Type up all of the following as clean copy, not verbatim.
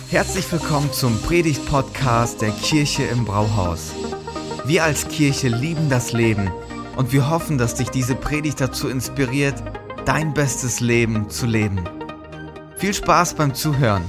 Herzlich willkommen zum Predigt-Podcast der Kirche im Brauhaus. Wir als Kirche lieben das Leben und wir hoffen, dass dich diese Predigt dazu inspiriert, dein bestes Leben zu leben. Viel Spaß beim Zuhören.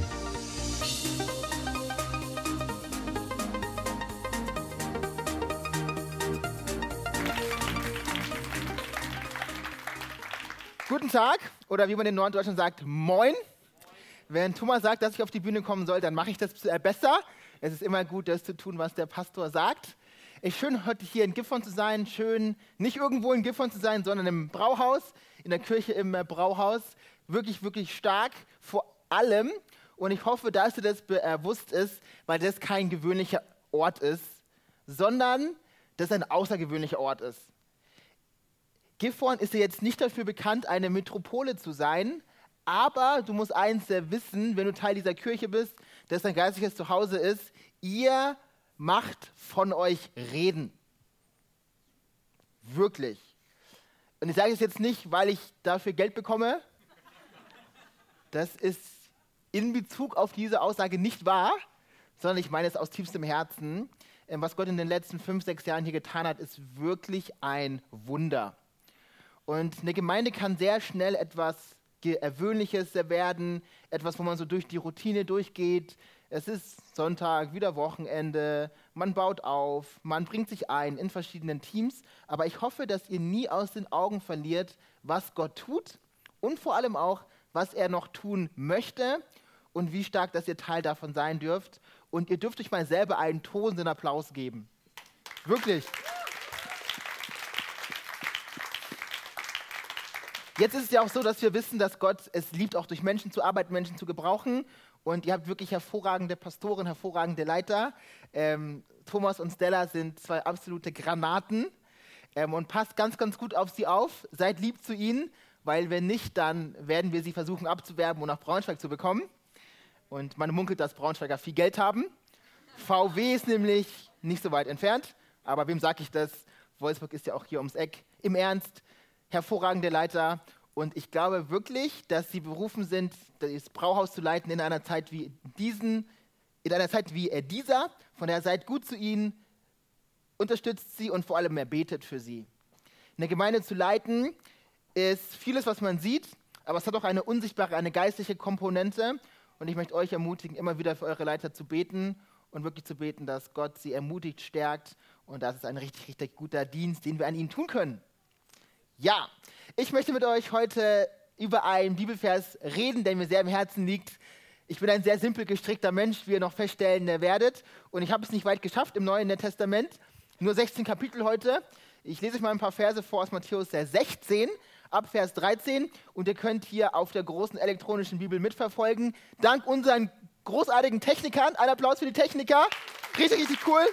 Guten Tag, oder wie man in Norddeutschland sagt, moin. Wenn Thomas sagt, dass ich auf die Bühne kommen soll, dann mache ich das besser. Es ist immer gut, das zu tun, was der Pastor sagt. Es ist schön, heute hier in Gifhorn zu sein. Schön, nicht irgendwo in Gifhorn zu sein, sondern im Brauhaus, in der Kirche im Brauhaus. Wirklich, wirklich stark vor allem. Und ich hoffe, dass dir das bewusst ist, weil das kein gewöhnlicher Ort ist, sondern das ein außergewöhnlicher Ort ist. Gifhorn ist ja jetzt nicht dafür bekannt, eine Metropole zu sein, aber du musst eins wissen, wenn du Teil dieser Kirche bist, dass dein geistliches Zuhause ist, ihr macht von euch reden. Wirklich. Und ich sage es jetzt nicht, weil ich dafür Geld bekomme. Das ist in Bezug auf diese Aussage nicht wahr, sondern ich meine es aus tiefstem Herzen. Was Gott in den letzten 5, 6 Jahren hier getan hat, ist wirklich ein Wunder. Und eine Gemeinde kann sehr schnell etwas Gewöhnliches werden, etwas, wo man so durch die Routine durchgeht. Es ist Sonntag, wieder Wochenende, man baut auf, man bringt sich ein in verschiedenen Teams. Aber ich hoffe, dass ihr nie aus den Augen verliert, was Gott tut und vor allem auch, was er noch tun möchte und wie stark, dass ihr Teil davon sein dürft. Und ihr dürft euch mal selber einen tosenden Applaus geben. Wirklich. Jetzt ist es ja auch so, dass wir wissen, dass Gott es liebt, auch durch Menschen zu arbeiten, Menschen zu gebrauchen. Und ihr habt wirklich hervorragende Pastoren, hervorragende Leiter. Thomas und Stella sind 2 absolute Granaten. Und passt ganz, ganz gut auf sie auf. Seid lieb zu ihnen, weil wenn nicht, dann werden wir sie versuchen abzuwerben und nach Braunschweig zu bekommen. Und man munkelt, dass Braunschweiger viel Geld haben. VW ist nämlich nicht so weit entfernt. Aber wem sage ich das? Wolfsburg ist ja auch hier ums Eck. Im Ernst. Hervorragende Leiter, und ich glaube wirklich, dass sie berufen sind, das Brauhaus zu leiten in einer Zeit wie dieser. Von daher seid gut zu ihnen, unterstützt sie und vor allem mehr betet für sie. Eine Gemeinde zu leiten ist vieles, was man sieht, aber es hat auch eine unsichtbare, eine geistliche Komponente, und ich möchte euch ermutigen, immer wieder für eure Leiter zu beten und wirklich zu beten, dass Gott sie ermutigt, stärkt, und das ist ein richtig, richtig guter Dienst, den wir an ihnen tun können. Ja, ich möchte mit euch heute über einen Bibelvers reden, der mir sehr am Herzen liegt. Ich bin ein sehr simpel gestrickter Mensch, wie ihr noch feststellen werdet. Und ich habe es nicht weit geschafft im Neuen Testament. Nur 16 Kapitel heute. Ich lese euch mal ein paar Verse vor aus Matthäus 16, ab Vers 13. Und ihr könnt hier auf der großen elektronischen Bibel mitverfolgen. Dank unseren großartigen Technikern. Ein Applaus für die Techniker. Richtig, richtig cool.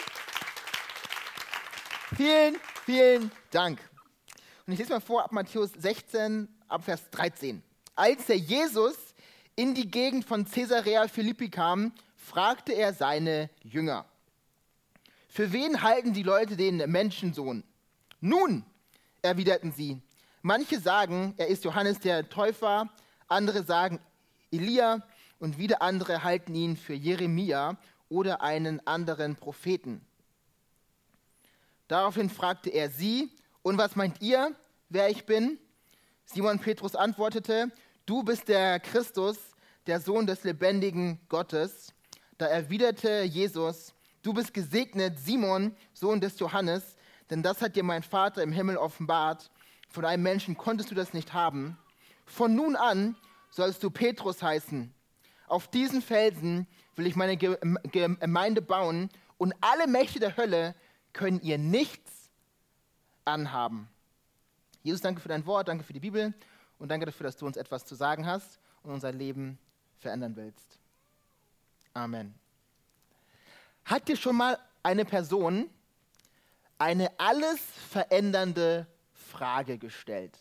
Vielen, vielen Dank. Und ich lese mal vor ab Matthäus 16, ab Vers 13. Als der Jesus in die Gegend von Caesarea Philippi kam, fragte er seine Jünger: Für wen halten die Leute den Menschensohn? Nun, erwiderten sie, manche sagen, er ist Johannes der Täufer, andere sagen Elia und wieder andere halten ihn für Jeremia oder einen anderen Propheten. Daraufhin fragte er sie: Und was meint ihr, wer ich bin? Simon Petrus antwortete: Du bist der Christus, der Sohn des lebendigen Gottes. Da erwiderte Jesus: Du bist gesegnet, Simon, Sohn des Johannes, denn das hat dir mein Vater im Himmel offenbart. Von einem Menschen konntest du das nicht haben. Von nun an sollst du Petrus heißen. Auf diesen Felsen will ich meine Gemeinde bauen, und alle Mächte der Hölle können ihr nichts anhaben. Jesus, danke für dein Wort, danke für die Bibel und danke dafür, dass du uns etwas zu sagen hast und unser Leben verändern willst. Amen. Hat dir schon mal eine Person eine alles verändernde Frage gestellt?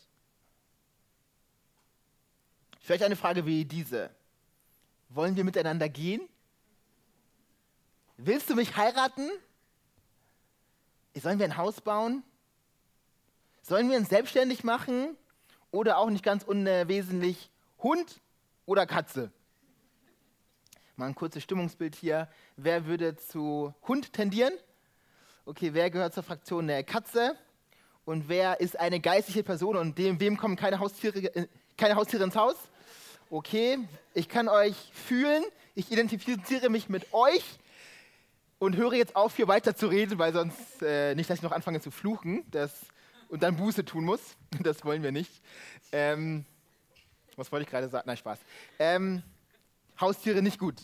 Vielleicht eine Frage wie diese: Wollen wir miteinander gehen? Willst du mich heiraten? Sollen wir ein Haus bauen? Sollen wir uns selbstständig machen? Oder auch nicht ganz unwesentlich Hund oder Katze? Mal ein kurzes Stimmungsbild hier. Wer würde zu Hund tendieren? Okay, wer gehört zur Fraktion der Katze? Und wer ist eine geistliche Person und wem kommen keine Haustiere ins Haus? Okay, ich kann euch fühlen, ich identifiziere mich mit euch und höre jetzt auf, hier weiter zu reden, weil sonst nicht, dass ich noch anfange zu fluchen und dann Buße tun muss. Das wollen wir nicht. Was wollte ich gerade sagen? Nein, Spaß. Haustiere nicht gut.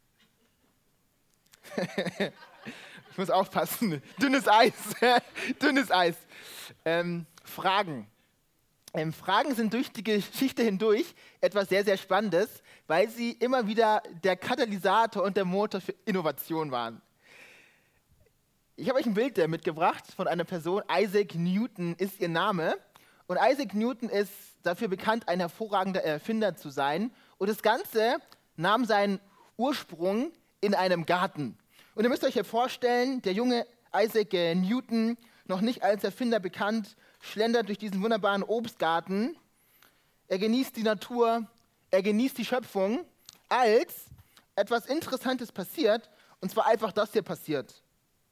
Ich muss aufpassen. Dünnes Eis. Dünnes Eis. Fragen. Fragen sind durch die Geschichte hindurch etwas sehr, sehr Spannendes, weil sie immer wieder der Katalysator und der Motor für Innovation waren. Ich habe euch ein Bild mitgebracht von einer Person. Isaac Newton ist ihr Name. Und Isaac Newton ist dafür bekannt, ein hervorragender Erfinder zu sein. Und das Ganze nahm seinen Ursprung in einem Garten. Und ihr müsst euch ja vorstellen, der junge Isaac Newton, noch nicht als Erfinder bekannt, schlendert durch diesen wunderbaren Obstgarten. Er genießt die Natur, er genießt die Schöpfung, als etwas Interessantes passiert, und zwar einfach das hier passiert.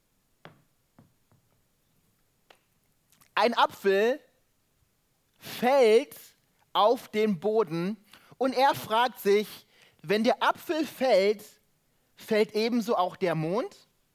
Ein Apfel fällt auf den Boden und er fragt sich, wenn der Apfel fällt, fällt ebenso auch der Mond?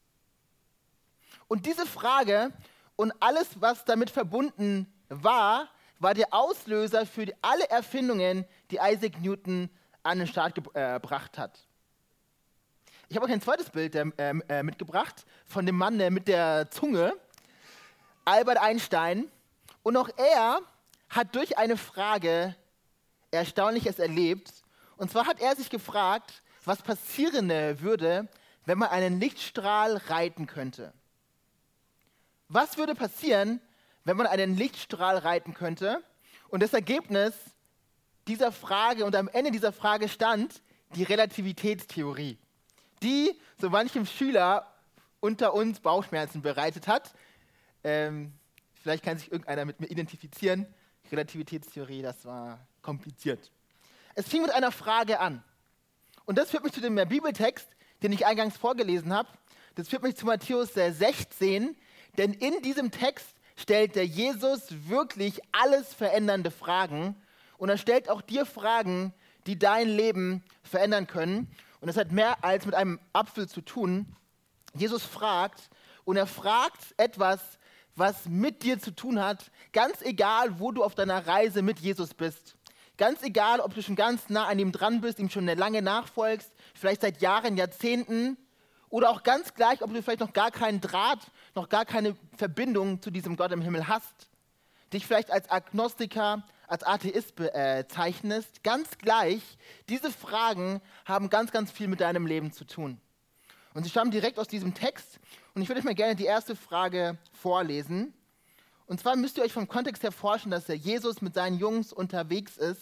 Und diese Frage und alles, was damit verbunden war, war der Auslöser für alle Erfindungen, die Isaac Newton an den Start gebracht hat. Ich habe auch ein zweites Bild mitgebracht von dem Mann mit der Zunge, Albert Einstein. Und auch er hat durch eine Frage Erstaunliches erlebt. Und zwar hat er sich gefragt, was passieren würde, wenn man einen Lichtstrahl reiten könnte. Was würde passieren, wenn man einen Lichtstrahl reiten könnte? Und das Ergebnis dieser Frage und am Ende dieser Frage stand die Relativitätstheorie, die so manchem Schüler unter uns Bauchschmerzen bereitet hat. Vielleicht kann sich irgendeiner mit mir identifizieren. Relativitätstheorie, das war kompliziert. Es fing mit einer Frage an. Und das führt mich zu dem Bibeltext, den ich eingangs vorgelesen habe. Das führt mich zu Matthäus 16, denn in diesem Text stellt der Jesus wirklich alles verändernde Fragen. Und er stellt auch dir Fragen, die dein Leben verändern können. Und das hat mehr als mit einem Apfel zu tun. Jesus fragt, und er fragt etwas, was mit dir zu tun hat, ganz egal, wo du auf deiner Reise mit Jesus bist. Ganz egal, ob du schon ganz nah an ihm dran bist, ihm schon lange nachfolgst, vielleicht seit Jahren, Jahrzehnten, oder auch ganz gleich, ob du vielleicht noch gar keinen Draht, noch gar keine Verbindung zu diesem Gott im Himmel hast, dich vielleicht als Agnostiker, als Atheist bezeichnest, ganz gleich, diese Fragen haben ganz, ganz viel mit deinem Leben zu tun. Und sie stammen direkt aus diesem Text. Und ich würde euch mal gerne die erste Frage vorlesen. Und zwar müsst ihr euch vom Kontext her vorstellen, dass der Jesus mit seinen Jungs unterwegs ist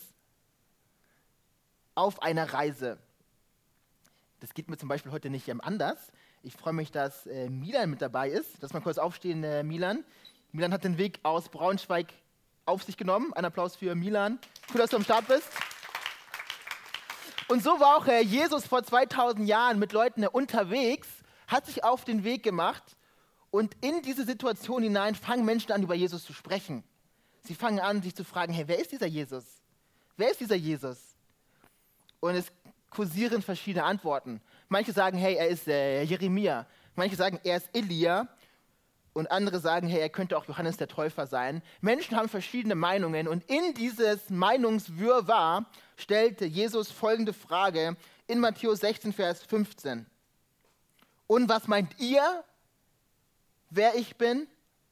auf einer Reise. Das geht mir zum Beispiel heute nicht anders. Ich freue mich, dass Milan mit dabei ist. Lass mal kurz aufstehen, Milan. Milan hat den Weg aus Braunschweig auf sich genommen. Ein Applaus für Milan. Cool, dass du am Start bist. Und so war auch Jesus vor 2000 Jahren mit Leuten unterwegs, hat sich auf den Weg gemacht und in diese Situation hinein fangen Menschen an, über Jesus zu sprechen. Sie fangen an, sich zu fragen, hey, wer ist dieser Jesus? Wer ist dieser Jesus? Und es kursieren verschiedene Antworten. Manche sagen, hey, er ist Jeremia. Manche sagen, er ist Elia. Und andere sagen, hey, er könnte auch Johannes der Täufer sein. Menschen haben verschiedene Meinungen und in dieses Meinungswirrwarr stellte Jesus folgende Frage in Matthäus 16, Vers 15. Und was meint ihr, wer ich bin?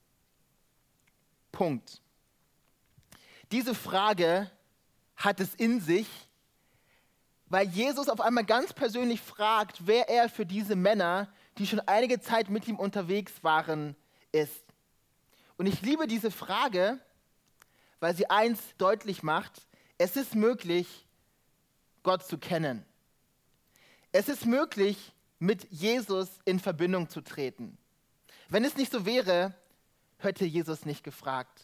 Punkt. Diese Frage hat es in sich, weil Jesus auf einmal ganz persönlich fragt, wer er für diese Männer, die schon einige Zeit mit ihm unterwegs waren, ist. Und ich liebe diese Frage, weil sie eins deutlich macht: Es ist möglich, Gott zu kennen. Es ist möglich, mit Jesus in Verbindung zu treten. Wenn es nicht so wäre, hätte Jesus nicht gefragt.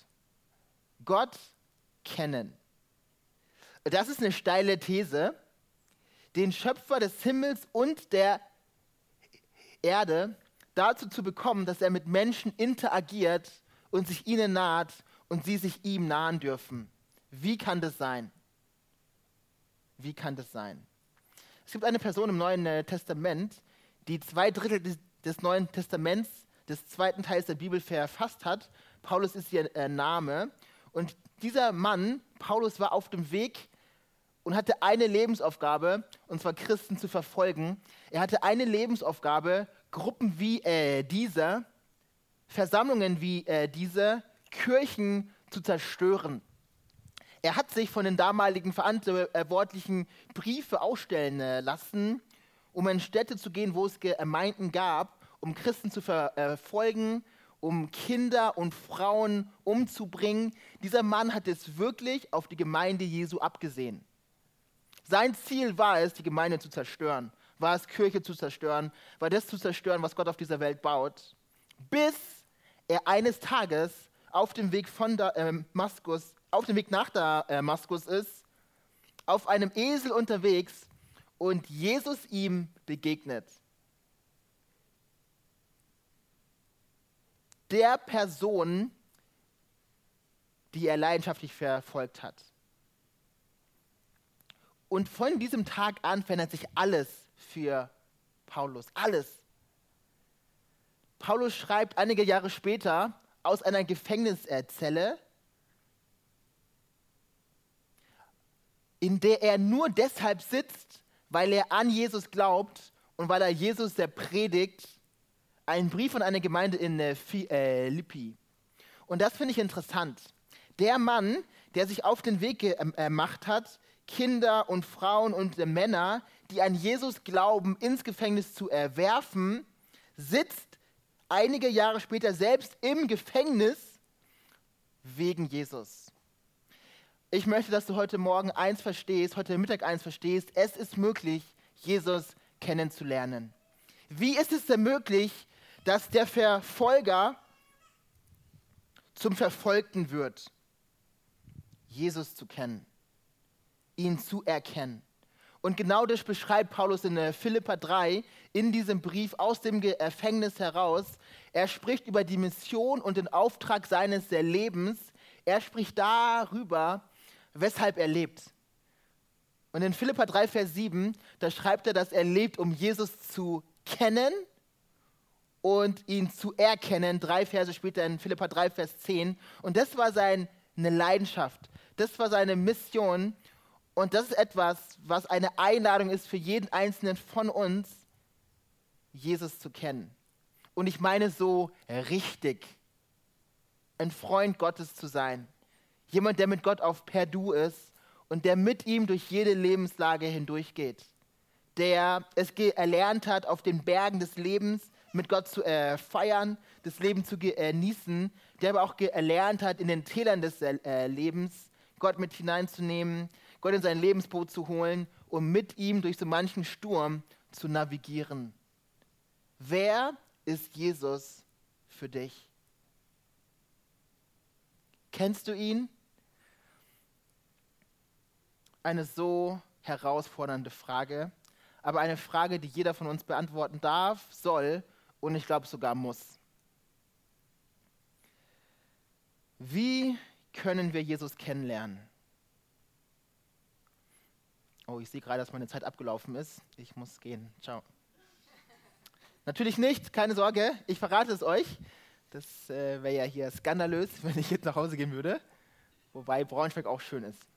Gott kennen. Das ist eine steile These, den Schöpfer des Himmels und der Erde dazu zu bekommen, dass er mit Menschen interagiert und sich ihnen naht und sie sich ihm nahen dürfen. Wie kann das sein? Wie kann das sein? Es gibt eine Person im Neuen Testament, die 2/3 des Neuen Testaments, des zweiten Teils der Bibel verfasst hat. Paulus ist ihr Name. Und dieser Mann, Paulus, war auf dem Weg und hatte eine Lebensaufgabe, und zwar Christen zu verfolgen. Er hatte eine Lebensaufgabe, Gruppen wie diese, Versammlungen wie diese, Kirchen zu zerstören. Er hat sich von den damaligen Verantwortlichen Briefe ausstellen lassen, um in Städte zu gehen, wo es Gemeinden gab, um Christen zu verfolgen, um Kinder und Frauen umzubringen. Dieser Mann hat es wirklich auf die Gemeinde Jesu abgesehen. Sein Ziel war es, die Gemeinde zu zerstören, war es, Kirche zu zerstören, war das zu zerstören, was Gott auf dieser Welt baut, bis er eines Tages auf dem Weg nach Damaskus ist, auf einem Esel unterwegs und Jesus ihm begegnet. Der Person, die er leidenschaftlich verfolgt hat. Und von diesem Tag an verändert sich alles für Paulus. Alles. Paulus schreibt einige Jahre später aus einer Gefängniszelle, in der er nur deshalb sitzt, weil er an Jesus glaubt und weil er Jesus, der predigt, einen Brief von einer Gemeinde in Philippi. Und das finde ich interessant. Der Mann, der sich auf den Weg gemacht hat, Kinder und Frauen und Männer, die an Jesus glauben, ins Gefängnis zu werfen, sitzt einige Jahre später selbst im Gefängnis wegen Jesus. Ich möchte, dass du heute Morgen eins verstehst, heute Mittag eins verstehst. Es ist möglich, Jesus kennenzulernen. Wie ist es denn möglich, dass der Verfolger zum Verfolgten wird? Jesus zu kennen, ihn zu erkennen. Und genau das beschreibt Paulus in Philipper 3 in diesem Brief aus dem Gefängnis heraus. Er spricht über die Mission und den Auftrag seines Lebens. Er spricht darüber, weshalb er lebt. Und in Philipper 3, Vers 7, da schreibt er, dass er lebt, um Jesus zu kennen und ihn zu erkennen. 3 Verse später in Philipper 3, Vers 10. Und das war seine Leidenschaft. Das war seine Mission. Und das ist etwas, was eine Einladung ist für jeden Einzelnen von uns, Jesus zu kennen. Und ich meine so richtig, ein Freund Gottes zu sein. Jemand, der mit Gott auf per Du ist und der mit ihm durch jede Lebenslage hindurchgeht. Der es erlernt hat, auf den Bergen des Lebens mit Gott zu feiern, das Leben zu genießen. Der aber auch erlernt hat, in den Tälern des Lebens Gott mit hineinzunehmen, Gott in sein Lebensboot zu holen und mit ihm durch so manchen Sturm zu navigieren. Wer ist Jesus für dich? Kennst du ihn? Eine so herausfordernde Frage, aber eine Frage, die jeder von uns beantworten darf, soll und ich glaube sogar muss. Wie können wir Jesus kennenlernen? Oh, ich sehe gerade, dass meine Zeit abgelaufen ist. Ich muss gehen. Ciao. Natürlich nicht, keine Sorge, ich verrate es euch. Das wäre ja hier skandalös, wenn ich jetzt nach Hause gehen würde. Wobei Braunschweig auch schön ist.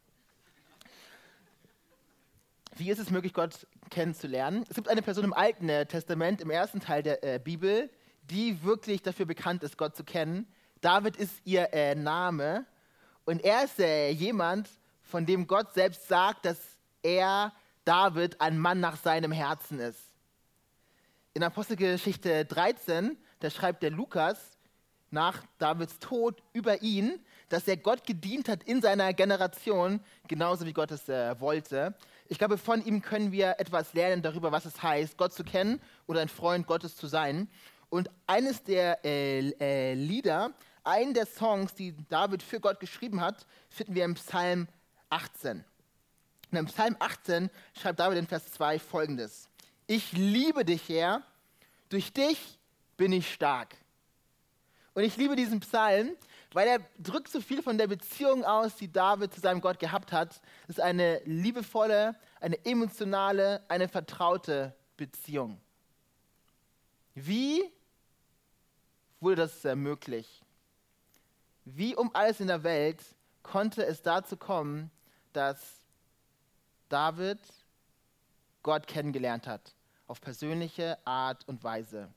Wie ist es möglich, Gott kennenzulernen? Es gibt eine Person im Alten Testament, im ersten Teil der Bibel, die wirklich dafür bekannt ist, Gott zu kennen. David ist ihr Name. Und er ist jemand, von dem Gott selbst sagt, dass er, David, ein Mann nach seinem Herzen ist. In Apostelgeschichte 13, da schreibt der Lukas nach Davids Tod über ihn, dass er Gott gedient hat in seiner Generation, genauso wie Gott es wollte. Ich glaube, von ihm können wir etwas lernen darüber, was es heißt, Gott zu kennen oder ein Freund Gottes zu sein. Und eines der Lieder, einen der Songs, die David für Gott geschrieben hat, finden wir im Psalm 18. Und im Psalm 18 schreibt David in Vers 2 Folgendes: Ich liebe dich, Herr, durch dich bin ich stark. Und ich liebe diesen Psalm, weil er drückt so viel von der Beziehung aus, die David zu seinem Gott gehabt hat. Es ist eine liebevolle, eine emotionale, eine vertraute Beziehung. Wie wurde das möglich? Wie um alles in der Welt konnte es dazu kommen, dass David Gott kennengelernt hat, auf persönliche Art und Weise?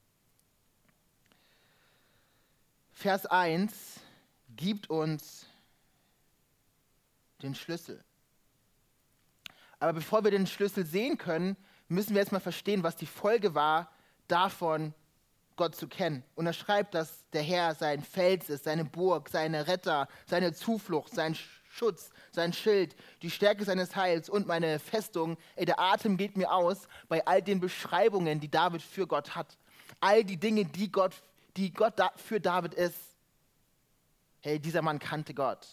Vers 1 gibt uns den Schlüssel. Aber bevor wir den Schlüssel sehen können, müssen wir jetzt mal verstehen, was die Folge war, davon Gott zu kennen. Und er schreibt, dass der Herr sein Fels ist, seine Burg, seine Retter, seine Zuflucht, sein Schutz, sein Schild, die Stärke seines Heils und meine Festung. Der Atem geht mir aus bei all den Beschreibungen, die David für Gott hat. All die Dinge, die Gott für David ist. Hey, dieser Mann kannte Gott.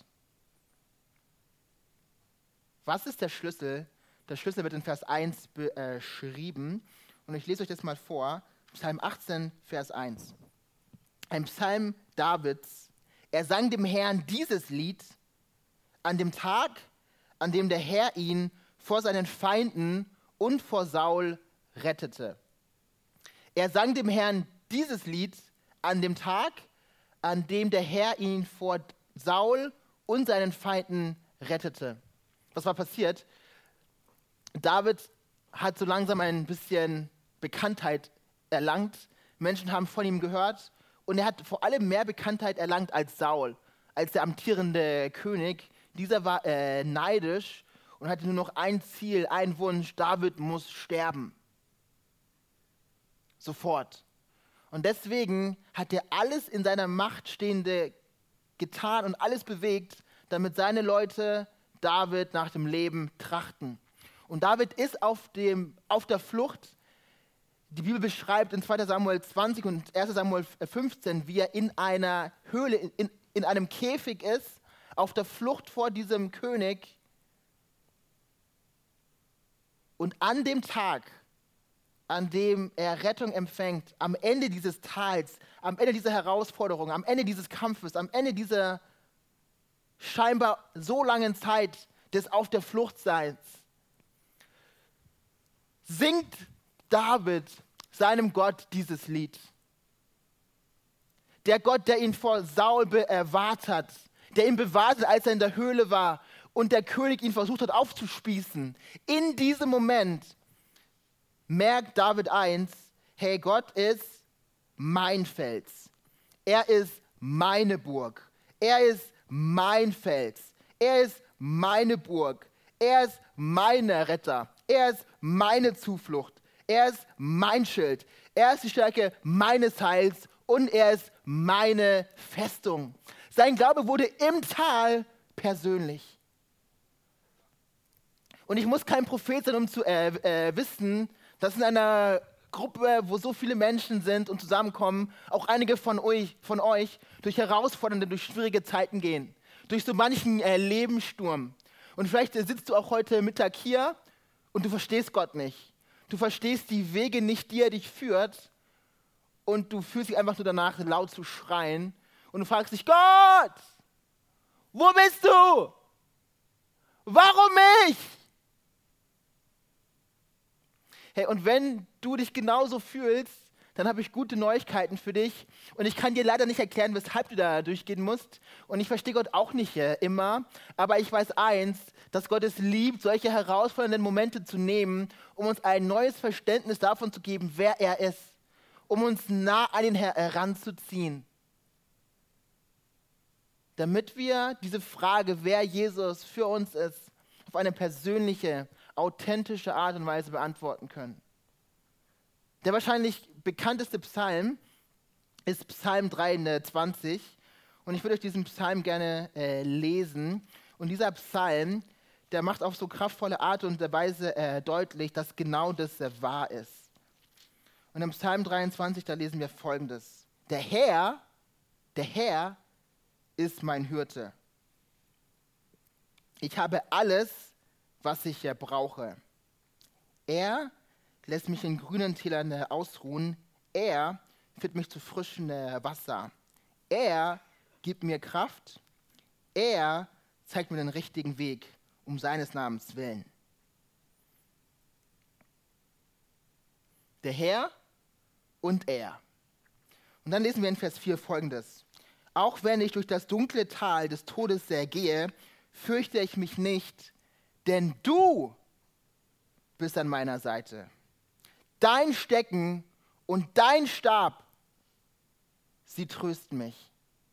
Was ist der Schlüssel? Der Schlüssel wird in Vers 1 beschrieben. Und ich lese euch das mal vor. Psalm 18, Vers 1. Ein Psalm Davids. Er sang dem Herrn dieses Lied an dem Tag, an dem der Herr ihn vor seinen Feinden und vor Saul rettete. Er sang dem Herrn dieses Lied an dem Tag, an dem der Herr ihn vor Saul und seinen Feinden rettete. Was war passiert? David hat so langsam ein bisschen Bekanntheit erlangt. Menschen haben von ihm gehört und er hat vor allem mehr Bekanntheit erlangt als Saul, als der amtierende König. Dieser war neidisch und hatte nur noch ein Ziel, einen Wunsch: David muss sterben. Sofort. Und deswegen hat er alles in seiner Macht Stehende getan und alles bewegt, damit seine Leute David nach dem Leben trachten. Und David ist auf der Flucht. Die Bibel beschreibt in 2. Samuel 20 und 1. Samuel 15, wie er in einer Höhle, in einem Käfig ist, auf der Flucht vor diesem König. Und an dem Tag, an dem er Rettung empfängt, am Ende dieses Tals, am Ende dieser Herausforderung, am Ende dieses Kampfes, am Ende dieser scheinbar so langen Zeit des Auf der Fluchtseins, singt David seinem Gott dieses Lied. Der Gott, der ihn vor Saul bewahrt hat, der ihn bewahrt hat, als er in der Höhle war und der König ihn versucht hat aufzuspießen. In diesem Moment merkt David eins: Hey, Gott ist mein Fels. Er ist meine Burg. Er ist mein Fels. Er ist meine Burg. Er ist mein Retter. Er ist meine Zuflucht. Er ist mein Schild. Er ist die Stärke meines Heils und er ist meine Festung. Sein Glaube wurde im Tal persönlich. Und ich muss kein Prophet sein, um zu wissen, dass in einer Gruppe, wo so viele Menschen sind und zusammenkommen, auch einige von euch durch herausfordernde, durch schwierige Zeiten gehen. Durch so manchen Lebenssturm. Und vielleicht sitzt du auch heute Mittag hier und du verstehst Gott nicht. Du verstehst die Wege nicht, die er dich führt. Und du fühlst dich einfach nur danach, laut zu schreien. Und du fragst dich: Gott, wo bist du? Warum ich? Hey, und wenn du dich genauso fühlst, dann habe ich gute Neuigkeiten für dich. Und ich kann dir leider nicht erklären, weshalb du da durchgehen musst. Und ich verstehe Gott auch nicht immer. Aber ich weiß eins, dass Gott es liebt, solche herausfordernden Momente zu nehmen, um uns ein neues Verständnis davon zu geben, wer er ist. Um uns nah an ihn heranzuziehen. Damit wir diese Frage, wer Jesus für uns ist, auf eine persönliche, authentische Art und Weise beantworten können. Der wahrscheinlich bekannteste Psalm ist Psalm 23 und ich würde euch diesen Psalm gerne lesen. Und dieser Psalm, der macht auf so kraftvolle Art und Weise deutlich, dass genau das wahr ist. Und im Psalm 23, da lesen wir Folgendes: Der Herr ist mein Hirte. Ich habe alles, was ich brauche. Er lässt mich in grünen Tälern ausruhen. Er führt mich zu frischem Wasser. Er gibt mir Kraft. Er zeigt mir den richtigen Weg, um seines Namens willen. Der Herr und er. Und dann lesen wir in Vers 4 Folgendes. Auch wenn ich durch das dunkle Tal des Todes gehe, fürchte ich mich nicht, denn du bist an meiner Seite. Dein Stecken und dein Stab, sie trösten mich.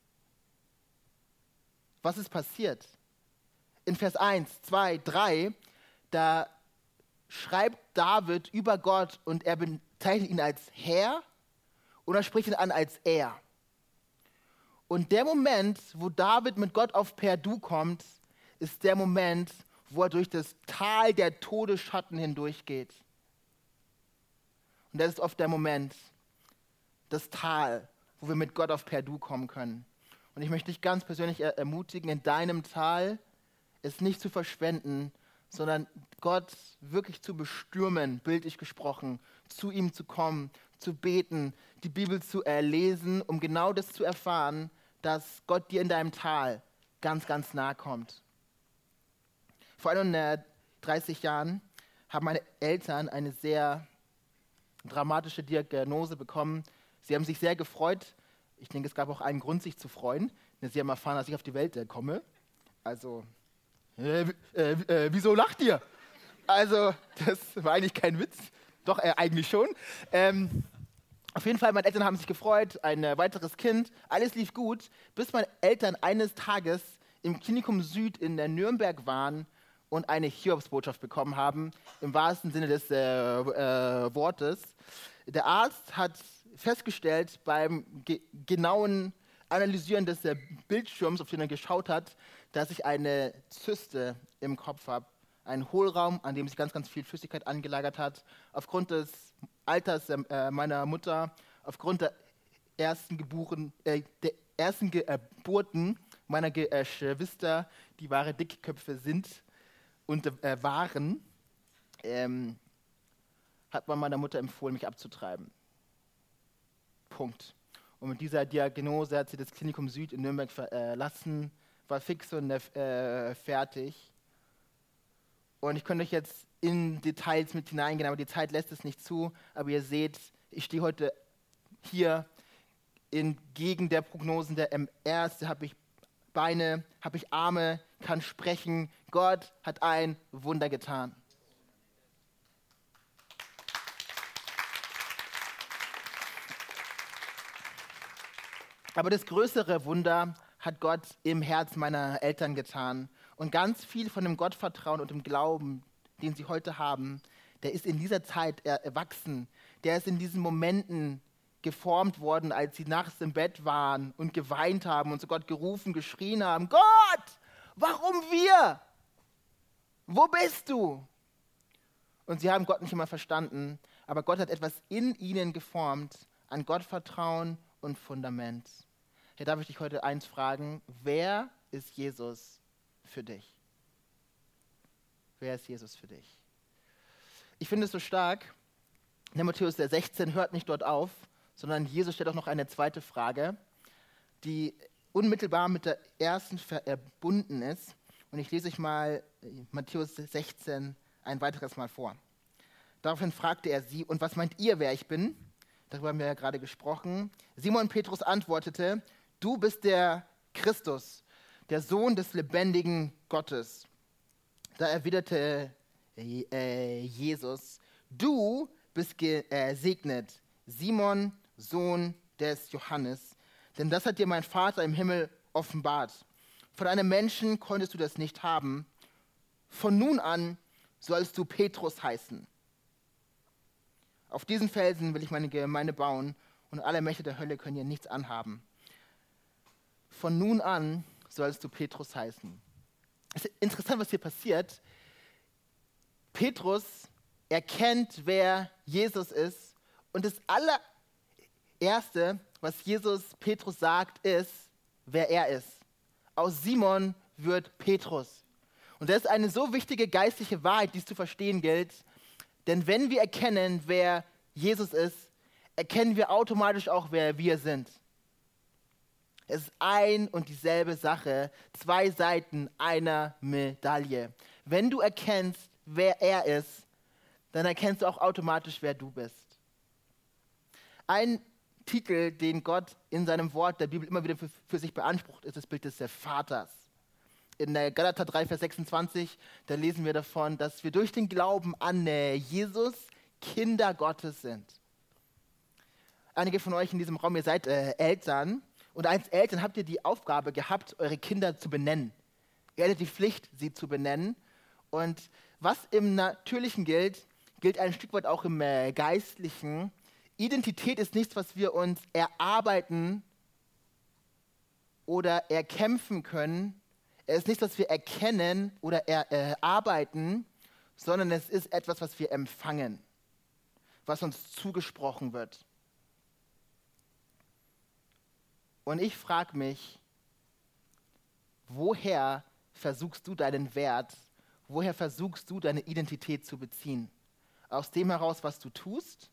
Was ist passiert? In Vers 1, 2, 3, da schreibt David über Gott und er bezeichnet ihn als Herr und er spricht ihn an als er. Und der Moment, wo David mit Gott auf per Du kommt, ist der Moment, wo er durch das Tal der Todesschatten hindurchgeht. Und das ist oft der Moment, das Tal, wo wir mit Gott auf per Du kommen können. Und ich möchte dich ganz persönlich ermutigen, in deinem Tal es nicht zu verschwenden, sondern Gott wirklich zu bestürmen, bildlich gesprochen, zu ihm zu kommen, zu beten, die Bibel zu lesen, um genau das zu erfahren, dass Gott dir in deinem Tal ganz, ganz nahe kommt. Vor 31 Jahren haben meine Eltern eine sehr dramatische Diagnose bekommen. Sie haben sich sehr gefreut. Ich denke, es gab auch einen Grund, sich zu freuen. Denn sie haben erfahren, dass ich auf die Welt komme. Also, wieso lacht ihr? Also, das war eigentlich kein Witz. Doch, eigentlich schon. Auf jeden Fall, meine Eltern haben sich gefreut, ein weiteres Kind. Alles lief gut, bis meine Eltern eines Tages im Klinikum Süd in Nürnberg waren und eine Hiobsbotschaft bekommen haben, im wahrsten Sinne des Wortes. Der Arzt hat festgestellt beim genauen Analysieren des Bildschirms, auf den er geschaut hat, dass ich eine Zyste im Kopf habe. Ein Hohlraum, an dem sich ganz, ganz viel Flüssigkeit angelagert hat. Aufgrund des Alters meiner Mutter, aufgrund der ersten Geburten meiner Geschwister, die wahre Dickköpfe sind und waren, hat man meiner Mutter empfohlen, mich abzutreiben. Punkt. Und mit dieser Diagnose hat sie das Klinikum Süd in Nürnberg verlassen, war fix und fertig. Und ich könnte euch jetzt in Details mit hineingehen, aber die Zeit lässt es nicht zu. Aber ihr seht, ich stehe heute hier entgegen der Prognosen der Ärzte, habe ich Beine, habe ich Arme, kann sprechen. Gott hat ein Wunder getan. Aber das größere Wunder hat Gott im Herz meiner Eltern getan. Und ganz viel von dem Gottvertrauen und dem Glauben, den sie heute haben, der ist in dieser Zeit erwachsen. Der ist in diesen Momenten geformt worden, als sie nachts im Bett waren und geweint haben und zu Gott gerufen, geschrien haben, Gott, warum wir? Wo bist du? Und sie haben Gott nicht immer verstanden, aber Gott hat etwas in ihnen geformt, an Gottvertrauen und Fundament. Hier darf ich dich heute eins fragen, wer ist Jesus für dich? Wer ist Jesus für dich? Ich finde es so stark, in Matthäus 16 hört nicht dort auf, sondern Jesus stellt auch noch eine zweite Frage, die unmittelbar mit der ersten verbunden ist. Und ich lese euch mal Matthäus 16 ein weiteres Mal vor. Daraufhin fragte er sie, und was meint ihr, wer ich bin? Darüber haben wir ja gerade gesprochen. Simon Petrus antwortete, du bist der Christus, der Sohn des lebendigen Gottes. Da erwiderte Jesus, du bist gesegnet, Simon, Sohn des Johannes, denn das hat dir mein Vater im Himmel offenbart. Von einem Menschen konntest du das nicht haben. Von nun an sollst du Petrus heißen. Auf diesen Felsen will ich meine Gemeinde bauen und alle Mächte der Hölle können ihr nichts anhaben. Von nun an sollst du Petrus heißen. Es ist interessant, was hier passiert. Petrus erkennt, wer Jesus ist. Und das allererste, was Jesus Petrus sagt, ist, wer er ist. Aus Simon wird Petrus. Und das ist eine so wichtige geistliche Wahrheit, die es zu verstehen gilt. Denn wenn wir erkennen, wer Jesus ist, erkennen wir automatisch auch, wer wir sind. Es ist ein und dieselbe Sache, zwei Seiten einer Medaille. Wenn du erkennst, wer er ist, dann erkennst du auch automatisch, wer du bist. Ein Titel, den Gott in seinem Wort der Bibel immer wieder für sich beansprucht, ist das Bild des Vaters. In der Galater 3, Vers 26, da lesen wir davon, dass wir durch den Glauben an Jesus Kinder Gottes sind. Einige von euch in diesem Raum, ihr seid Eltern. Und als Eltern habt ihr die Aufgabe gehabt, eure Kinder zu benennen. Ihr hattet die Pflicht, sie zu benennen. Und was im Natürlichen gilt, gilt ein Stück weit auch im Geistlichen. Identität ist nichts, was wir uns erarbeiten oder erkämpfen können. Es ist nichts, was wir erkennen oder erarbeiten, sondern es ist etwas, was wir empfangen, was uns zugesprochen wird. Und ich frage mich, woher versuchst du deinen Wert, woher versuchst du deine Identität zu beziehen? Aus dem heraus, was du tust?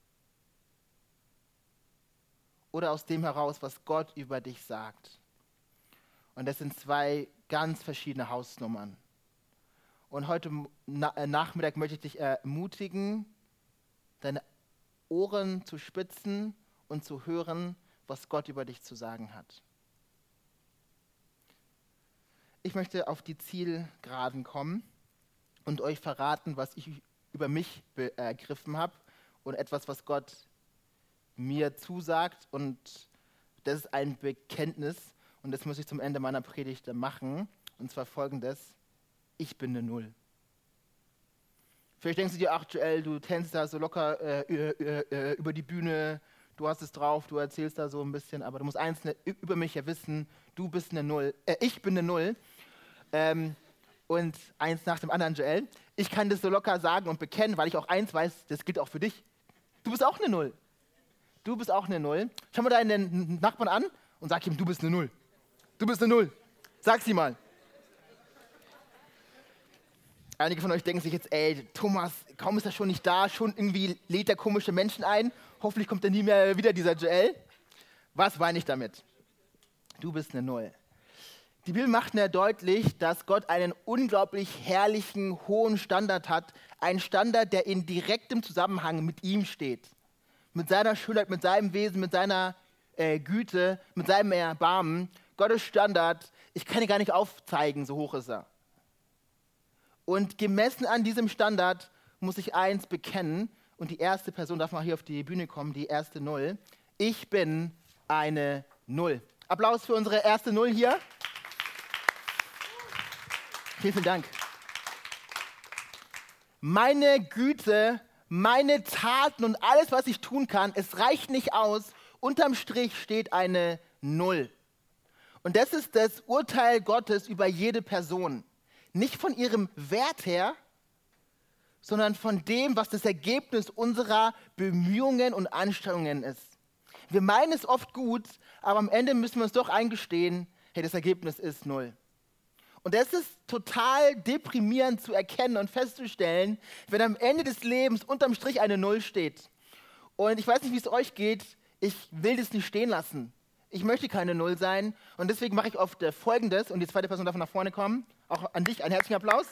Oder aus dem heraus, was Gott über dich sagt? Und das sind zwei ganz verschiedene Hausnummern. Und heute Nachmittag möchte ich dich ermutigen, deine Ohren zu spitzen und zu hören, was Gott über dich zu sagen hat. Ich möchte auf die Zielgeraden kommen und euch verraten, was ich über mich begriffen habe und etwas, was Gott mir zusagt. Und das ist ein Bekenntnis und das muss ich zum Ende meiner Predigt machen. Und zwar folgendes: Ich bin eine Null. Vielleicht denkst du dir aktuell, du tänzt da so locker über die Bühne, du hast es drauf, du erzählst da so ein bisschen, aber du musst eins über mich ja wissen, du bist eine Null, ich bin eine Null. Und eins nach dem anderen, Joel. Ich kann das so locker sagen und bekennen, weil ich auch eins weiß, das gilt auch für dich. Du bist auch eine Null. Du bist auch eine Null. Schau mal deinen Nachbarn an und sag ihm, du bist eine Null. Du bist eine Null. Sag sie mal. Einige von euch denken sich jetzt, ey, Thomas, kaum ist er schon nicht da, schon irgendwie lädt er komische Menschen ein. Hoffentlich kommt er nie mehr wieder, dieser Joel. Was meine ich damit? Du bist eine Null. Die Bibel macht mir deutlich, dass Gott einen unglaublich herrlichen, hohen Standard hat. Ein Standard, der in direktem Zusammenhang mit ihm steht. Mit seiner Schönheit, mit seinem Wesen, mit seiner Güte, mit seinem Erbarmen. Gottes Standard, ich kann ihn gar nicht aufzeigen, so hoch ist er. Und gemessen an diesem Standard muss ich eins bekennen. Und die erste Person darf mal hier auf die Bühne kommen, die erste Null. Ich bin eine Null. Applaus für unsere erste Null hier. Vielen, vielen Dank. Meine Güte, meine Taten und alles, was ich tun kann, es reicht nicht aus. Unterm Strich steht eine Null. Und das ist das Urteil Gottes über jede Person. Nicht von ihrem Wert her, sondern von dem, was das Ergebnis unserer Bemühungen und Anstrengungen ist. Wir meinen es oft gut, aber am Ende müssen wir uns doch eingestehen, hey, das Ergebnis ist Null. Und das ist total deprimierend zu erkennen und festzustellen, wenn am Ende des Lebens unterm Strich eine Null steht. Und ich weiß nicht, wie es euch geht, ich will das nicht stehen lassen. Ich möchte keine Null sein und deswegen mache ich oft Folgendes, und die zweite Person darf nach vorne kommen. Auch an dich einen herzlichen Applaus.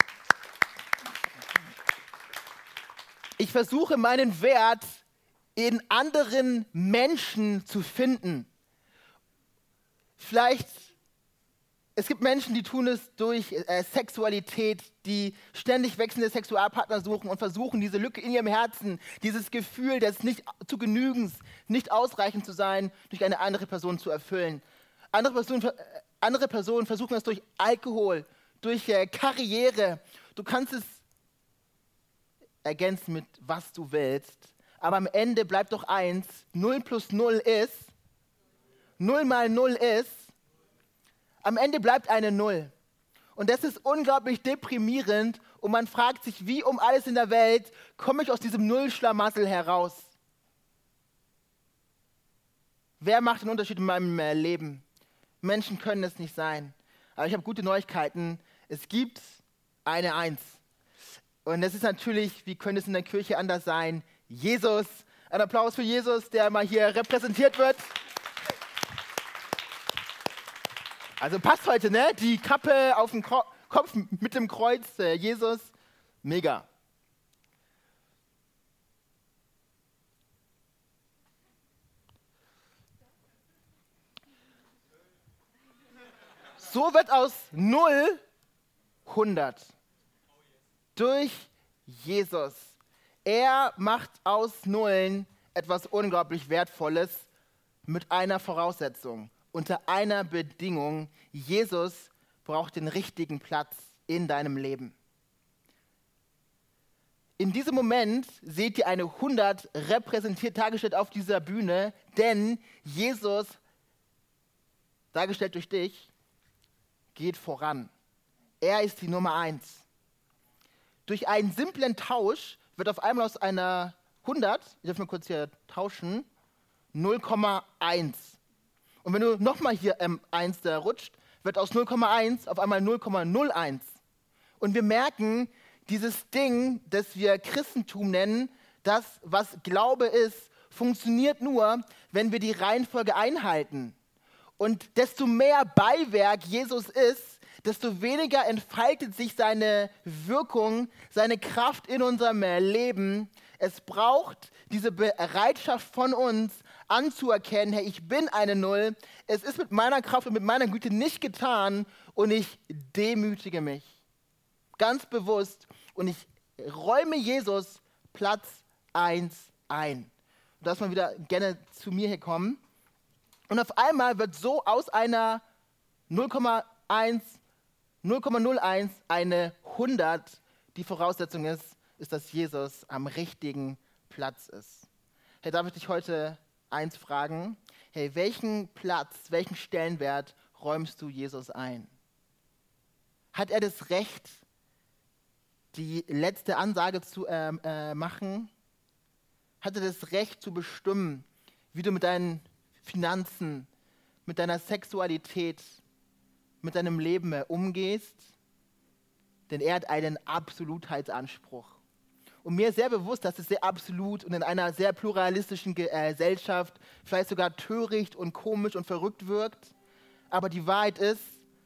Ich versuche meinen Wert in anderen Menschen zu finden. Vielleicht, es gibt Menschen, die tun es durch Sexualität, die ständig wechselnde Sexualpartner suchen und versuchen, diese Lücke in ihrem Herzen, dieses Gefühl des nicht zu Genügens, nicht ausreichend zu sein, durch eine andere Person zu erfüllen. Andere Personen versuchen es durch Alkohol, durch Karriere. Du kannst es ergänzen mit was du willst, aber am Ende bleibt doch eins: 0 plus 0 ist, 0 mal 0 ist, am Ende bleibt eine Null. Und das ist unglaublich deprimierend und man fragt sich, wie um alles in der Welt komme ich aus diesem Nullschlamassel heraus? Wer macht den Unterschied in meinem Leben? Menschen können es nicht sein. Aber ich habe gute Neuigkeiten. Es gibt eine Eins. Und das ist natürlich, wie könnte es in der Kirche anders sein, Jesus. Ein Applaus für Jesus, der mal hier repräsentiert wird. Also passt heute, ne? Die Kappe auf dem Kopf mit dem Kreuz, Jesus, mega. So wird aus 0 100. Durch Jesus. Er macht aus Nullen etwas unglaublich Wertvolles mit einer Voraussetzung, unter einer Bedingung. Jesus braucht den richtigen Platz in deinem Leben. In diesem Moment seht ihr eine 100 repräsentiert, dargestellt auf dieser Bühne, denn Jesus, dargestellt durch dich, geht voran. Er ist die Nummer 1. Durch einen simplen Tausch wird auf einmal aus einer 100, ich darf mal kurz hier tauschen, 0,1. Und wenn du nochmal hier 1 da rutscht, wird aus 0,1 auf einmal 0,01. Und wir merken, dieses Ding, das wir Christentum nennen, das, was Glaube ist, funktioniert nur, wenn wir die Reihenfolge einhalten. Und desto mehr Beiwerk Jesus ist, desto weniger entfaltet sich seine Wirkung, seine Kraft in unserem Leben. Es braucht diese Bereitschaft von uns, anzuerkennen, hey, ich bin eine Null, es ist mit meiner Kraft und mit meiner Güte nicht getan und ich demütige mich. Ganz bewusst und ich räume Jesus Platz 1 ein. Und dass man wieder gerne zu mir hier kommen. Und auf einmal wird so aus einer 0,1, 0,01 eine 100. Die Voraussetzung ist, dass Jesus am richtigen Platz ist. Hey, darf ich dich heute eins fragen? Hey, welchen Platz, welchen Stellenwert räumst du Jesus ein? Hat er das Recht, die letzte Ansage zu machen? Hat er das Recht zu bestimmen, wie du mit deinen Finanzen, mit deiner Sexualität, mit deinem Leben umgehst? Denn er hat einen Absolutheitsanspruch. Und mir ist sehr bewusst, dass es sehr absolut und in einer sehr pluralistischen Gesellschaft vielleicht sogar töricht und komisch und verrückt wirkt. Aber die Wahrheit ist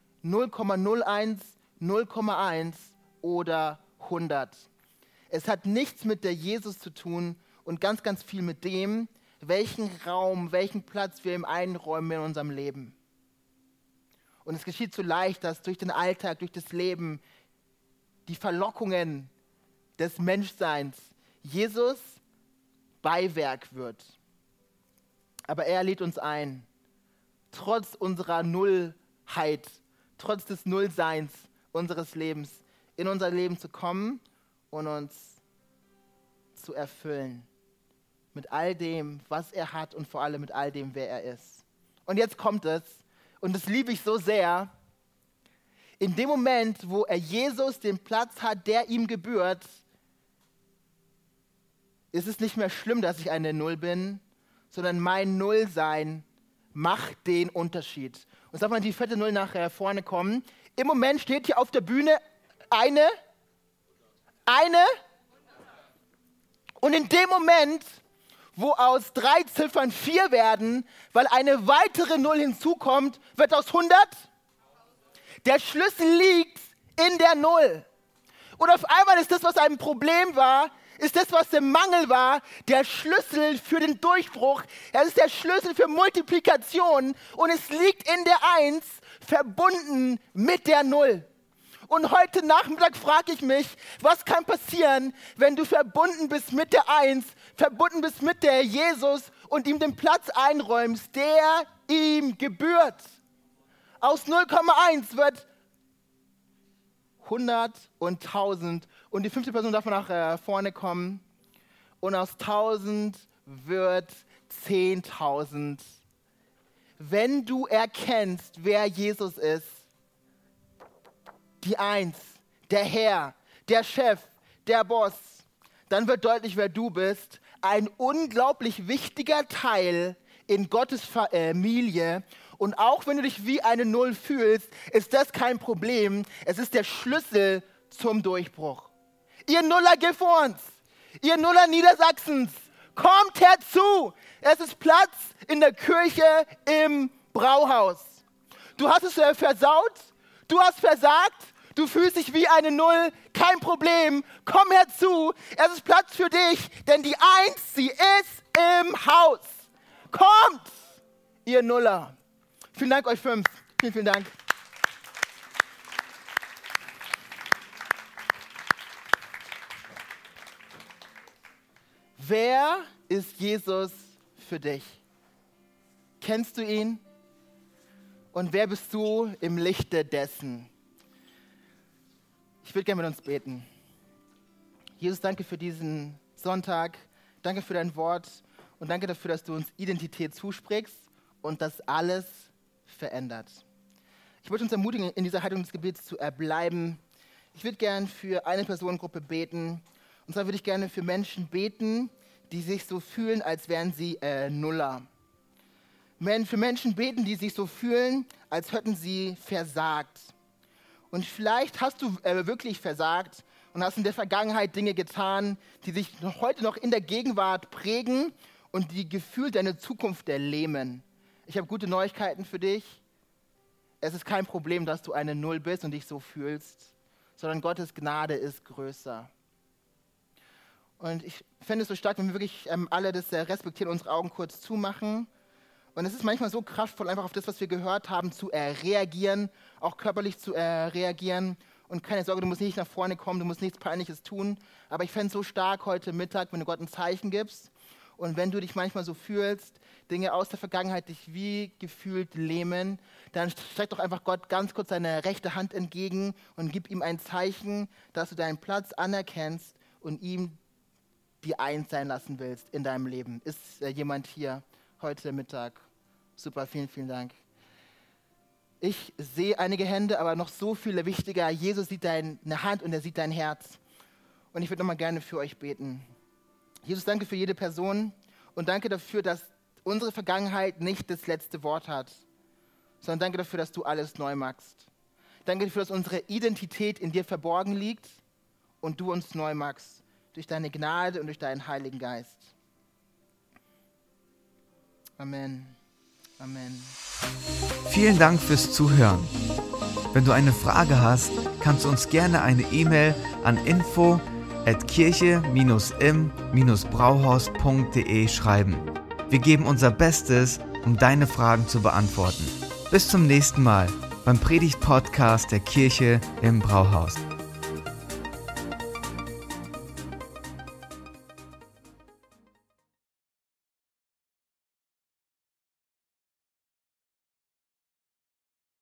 0,01, 0,1 oder 100. Es hat nichts mit der Jesus zu tun und ganz, ganz viel mit dem, welchen Raum, welchen Platz wir ihm einräumen in unserem Leben. Und es geschieht so leicht, dass durch den Alltag, durch das Leben, die Verlockungen des Menschseins Jesus Beiwerk wird. Aber er lädt uns ein, trotz unserer Nullheit, trotz des Nullseins unseres Lebens, in unser Leben zu kommen und uns zu erfüllen. Mit all dem, was er hat und vor allem mit all dem, wer er ist. Und jetzt kommt es, und das liebe ich so sehr, in dem Moment, wo er Jesus den Platz hat, der ihm gebührt, ist es nicht mehr schlimm, dass ich eine Null bin, sondern mein Nullsein macht den Unterschied. Und sag mal, die fette Null nachher vorne kommen. Im Moment steht hier auf der Bühne eine. Und in dem Moment, wo aus 3 Ziffern 4 werden, weil eine weitere Null hinzukommt, wird aus 100. Der Schlüssel liegt in der Null. Und auf einmal ist das, was ein Problem war, ist das, was der Mangel war, der Schlüssel für den Durchbruch. Das ist der Schlüssel für Multiplikation und es liegt in der 1 verbunden mit der 0. Und heute Nachmittag frage ich mich, was kann passieren, wenn du verbunden bist mit der 1, verbunden bist mit der Jesus und ihm den Platz einräumst, der ihm gebührt. Aus 0,1 wird 100 und 1000 und die 5. Person darf nach vorne kommen und aus 1000 wird 10.000. Wenn du erkennst, wer Jesus ist, die 1, der Herr, der Chef, der Boss, dann wird deutlich, wer du bist. Ein unglaublich wichtiger Teil in Gottes Familie Und auch wenn du dich wie eine Null fühlst, ist das kein Problem. Es ist der Schlüssel zum Durchbruch. Ihr Nuller Gifhorns, ihr Nuller Niedersachsens, kommt herzu. Es ist Platz in der Kirche im Brauhaus. Du hast es versaut, du hast versagt, du fühlst dich wie eine Null, kein Problem. Komm herzu, es ist Platz für dich, denn die Eins, sie ist im Haus. Kommt, ihr Nuller. Vielen Dank euch 5. Vielen, vielen Dank. Wer ist Jesus für dich? Kennst du ihn? Und wer bist du im Lichte dessen? Ich würde gerne mit uns beten. Jesus, danke für diesen Sonntag. Danke für dein Wort. Und danke dafür, dass du uns Identität zusprichst und das alles verändert. Ich würde uns ermutigen, in dieser Haltung des Gebets zu erbleiben. Ich würde gerne für eine Personengruppe beten. Und zwar würde ich gerne für Menschen beten, die sich so fühlen, als wären sie Nuller. Für Menschen beten, die sich so fühlen, als hätten sie versagt. Und vielleicht hast du wirklich versagt und hast in der Vergangenheit Dinge getan, die sich heute noch in der Gegenwart prägen und die gefühlt deine Zukunft lähmen. Ich habe gute Neuigkeiten für dich. Es ist kein Problem, dass du eine Null bist und dich so fühlst, sondern Gottes Gnade ist größer. Und ich fände es so stark, wenn wir wirklich alle das respektieren, unsere Augen kurz zumachen. Und es ist manchmal so kraftvoll, einfach auf das, was wir gehört haben, zu reagieren, auch körperlich zu reagieren. Und keine Sorge, du musst nicht nach vorne kommen, du musst nichts Peinliches tun. Aber ich fände es so stark heute Mittag, wenn du Gott ein Zeichen gibst. Und wenn du dich manchmal so fühlst, Dinge aus der Vergangenheit dich wie gefühlt lähmen, dann streck doch einfach Gott ganz kurz deine rechte Hand entgegen und gib ihm ein Zeichen, dass du deinen Platz anerkennst und ihm die Eins sein lassen willst in deinem Leben. Ist jemand hier heute Mittag? Super, vielen, vielen Dank. Ich sehe einige Hände, aber noch so viele wichtiger. Jesus sieht deine Hand und er sieht dein Herz. Und ich würde nochmal gerne für euch beten. Jesus, danke für jede Person und danke dafür, dass unsere Vergangenheit nicht das letzte Wort hat, sondern danke dafür, dass du alles neu machst. Danke dafür, dass unsere Identität in dir verborgen liegt und du uns neu machst, durch deine Gnade und durch deinen Heiligen Geist. Amen. Amen. Vielen Dank fürs Zuhören. Wenn du eine Frage hast, kannst du uns gerne eine E-Mail an info@kirche-im-brauhaus.de schreiben. Wir geben unser Bestes, um deine Fragen zu beantworten. Bis zum nächsten Mal beim Predigt-Podcast der Kirche im Brauhaus.